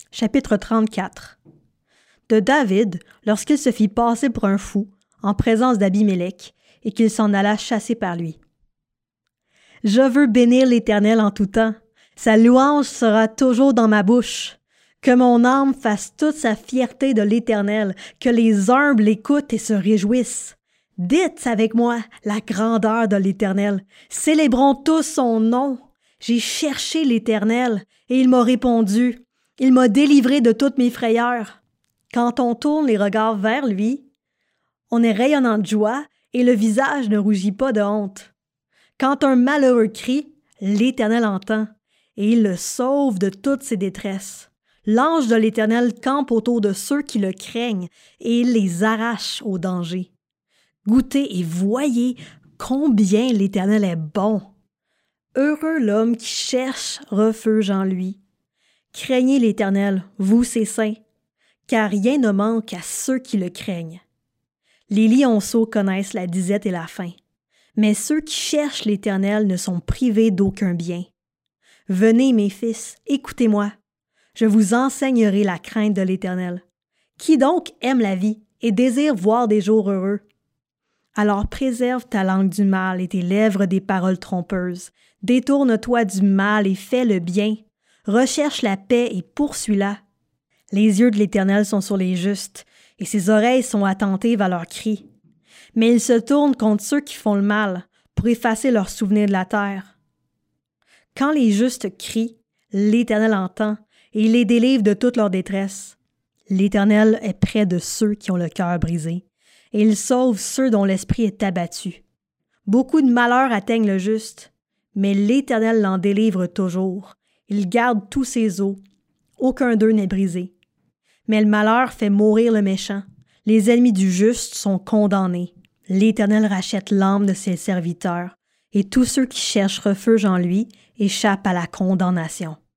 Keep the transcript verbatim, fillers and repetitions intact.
Chapitre trente-quatre. De David, lorsqu'il se fit passer pour un fou, en présence d'Abimélec, et qu'il s'en alla chasser par lui. Je veux bénir l'Éternel en tout temps. Sa louange sera toujours dans ma bouche. Que mon âme fasse toute sa fierté de l'Éternel, que les humbles l'écoutent et se réjouissent. Dites avec moi la grandeur de l'Éternel. Célébrons tous son nom. J'ai cherché l'Éternel, et il m'a répondu. Il m'a délivré de toutes mes frayeurs. Quand on tourne les regards vers lui, on est rayonnant de joie et le visage ne rougit pas de honte. Quand un malheureux crie, l'Éternel entend, et il le sauve de toutes ses détresses. L'ange de l'Éternel campe autour de ceux qui le craignent, et il les arrache au danger. Goûtez et voyez combien l'Éternel est bon. Heureux l'homme qui cherche refuge en lui. Craignez l'Éternel, vous ses saints, car rien ne manque à ceux qui le craignent. Les lionceaux connaissent la disette et la faim, mais ceux qui cherchent l'Éternel ne sont privés d'aucun bien. Venez, mes fils, écoutez-moi. Je vous enseignerai la crainte de l'Éternel. Qui donc aime la vie et désire voir des jours heureux? Alors préserve ta langue du mal et tes lèvres des paroles trompeuses. Détourne-toi du mal et fais le bien. Recherche la paix et poursuis-la. Les yeux de l'Éternel sont sur les justes, et ses oreilles sont attentives à leurs cris. Mais il se tourne contre ceux qui font le mal, pour effacer leurs souvenirs de la terre. Quand les justes crient, l'Éternel entend, et il les délivre de toute leur détresse. L'Éternel est près de ceux qui ont le cœur brisé, et il sauve ceux dont l'esprit est abattu. Beaucoup de malheurs atteignent le juste, mais l'Éternel l'en délivre toujours. Il garde tous ses os, aucun d'eux n'est brisé. Mais le malheur fait mourir le méchant. Les ennemis du juste sont condamnés. L'Éternel rachète l'âme de ses serviteurs, et tous ceux qui cherchent refuge en lui échappent à la condamnation.